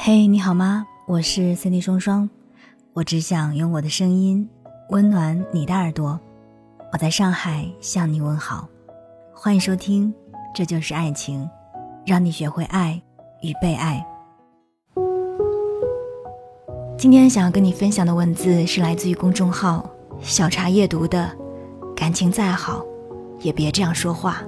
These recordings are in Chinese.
嘿，你好吗？我是 Cindy 双双，我只想用我的声音温暖你的耳朵。我在上海向你问好，欢迎收听这就是爱情，让你学会爱与被爱。今天想要跟你分享的文字是来自于公众号小茶夜读的，感情再好也别这样说话。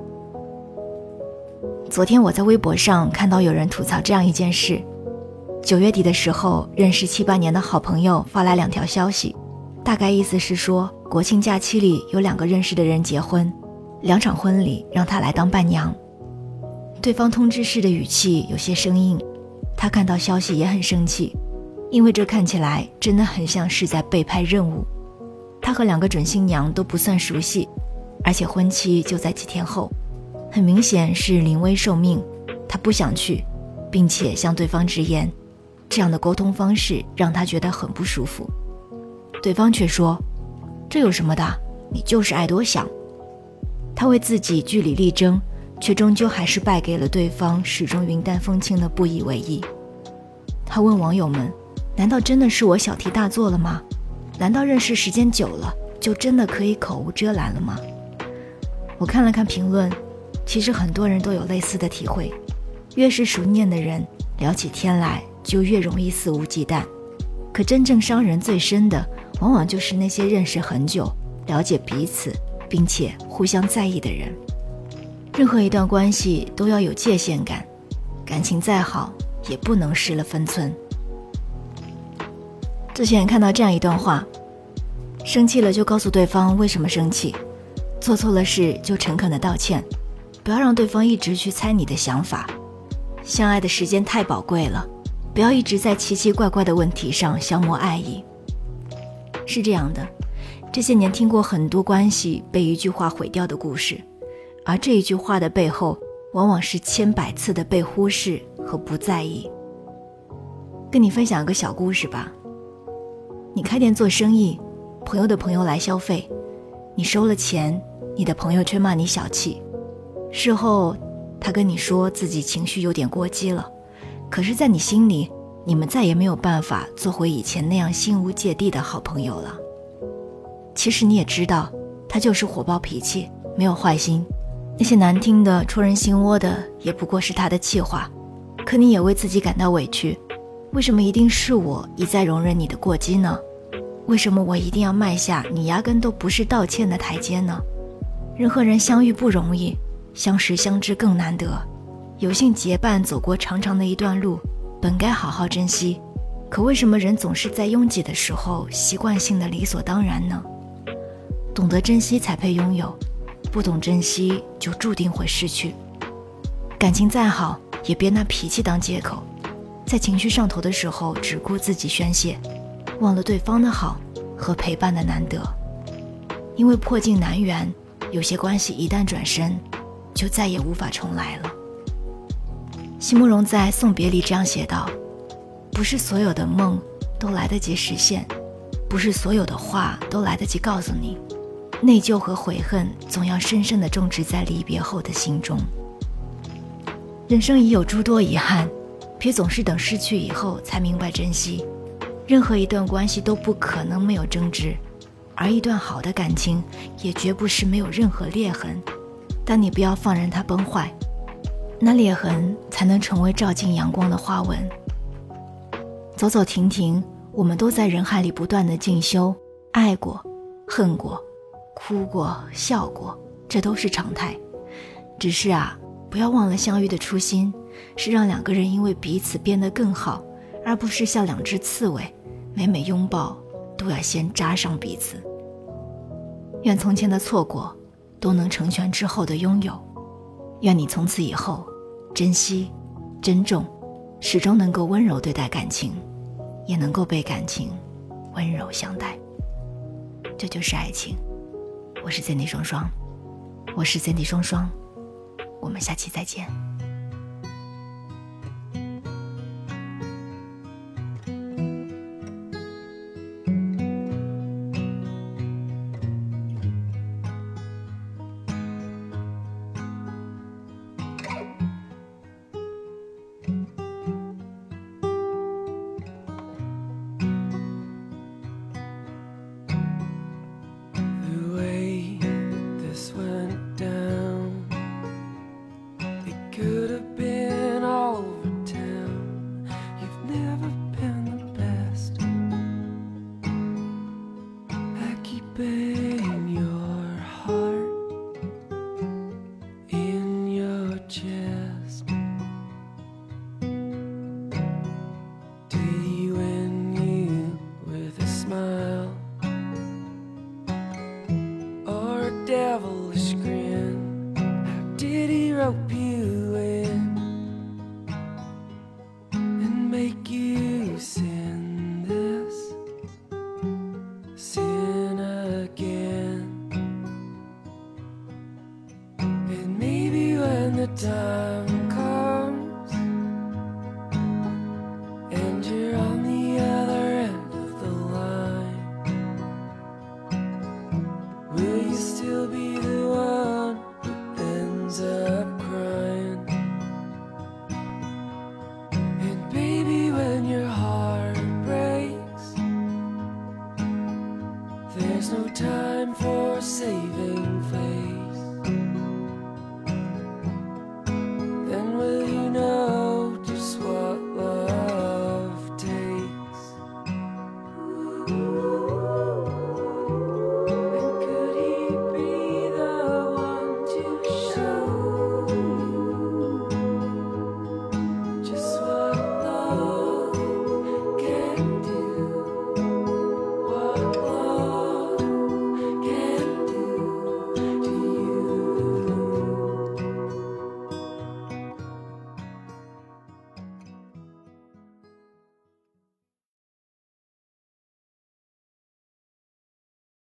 昨天我在微博上看到有人吐槽这样一件事，9月底的时候，认识7、8年的好朋友发来2条消息，大概意思是说，国庆假期里有2个认识的人结婚，2场婚礼让他来当伴娘。对方通知时的语气有些生硬，他看到消息也很生气，因为这看起来真的很像是在背叛任务。他和2个准新娘都不算熟悉，而且婚期就在几天后，很明显是临危受命，他不想去，并且向对方直言，这样的沟通方式让他觉得很不舒服。对方却说，这有什么的，你就是爱多想。他为自己据理力争，却终究还是败给了对方始终云淡风轻的不以为意。他问网友们，难道真的是我小题大做了吗？难道认识时间久了就真的可以口无遮拦了吗？我看了看评论，其实很多人都有类似的体会，越是熟念的人，聊起天来就越容易肆无忌惮。可真正伤人最深的，往往就是那些认识很久，了解彼此，并且互相在意的人。任何一段关系都要有界限感，感情再好也不能失了分寸。之前看到这样一段话，生气了就告诉对方为什么生气，做错了事就诚恳的道歉，不要让对方一直去猜你的想法。相爱的时间太宝贵了，不要一直在奇奇怪怪的问题上消磨爱意。是这样的，这些年听过很多关系被一句话毁掉的故事，而这一句话的背后，往往是千百次的被忽视和不在意。跟你分享一个小故事吧。你开店做生意，朋友的朋友来消费，你收了钱，你的朋友却骂你小气。事后他跟你说自己情绪有点过激了，可是在你心里，你们再也没有办法做回以前那样心无芥蒂的好朋友了。其实你也知道，他就是火爆脾气，没有坏心，那些难听的戳人心窝的也不过是他的气话，可你也为自己感到委屈。为什么一定是我一再容忍你的过激呢？为什么我一定要迈下你压根都不是道歉的台阶呢？人和人相遇不容易，相识相知更难得，有幸结伴走过长长的一段路，本该好好珍惜，可为什么人总是在拥挤的时候习惯性的理所当然呢？懂得珍惜才配拥有，不懂珍惜就注定会失去。感情再好也别拿脾气当借口，在情绪上头的时候只顾自己宣泄，忘了对方的好和陪伴的难得。因为破镜难圆，有些关系一旦转身就再也无法重来了。席慕容在《送别》里这样写道，不是所有的梦都来得及实现，不是所有的话都来得及告诉你，内疚和悔恨总要深深地种植在离别后的心中。人生已有诸多遗憾，别总是等失去以后才明白珍惜。任何一段关系都不可能没有争执，而一段好的感情也绝不是没有任何裂痕，但你不要放任它崩坏，那裂痕才能成为照进阳光的花纹。走走停停，我们都在人海里不断的进修，爱过，恨过，哭过，笑过，这都是常态。只是不要忘了相遇的初心，是让2个人因为彼此变得更好，而不是像2只刺猬，每每拥抱都要先扎上彼此。愿从前的错过都能成全之后的拥有，愿你从此以后珍惜珍重，始终能够温柔对待感情，也能够被感情温柔相待。这就是爱情。我是 Cindy 双双，我是 Cindy 双双，我们下期再见。 could have been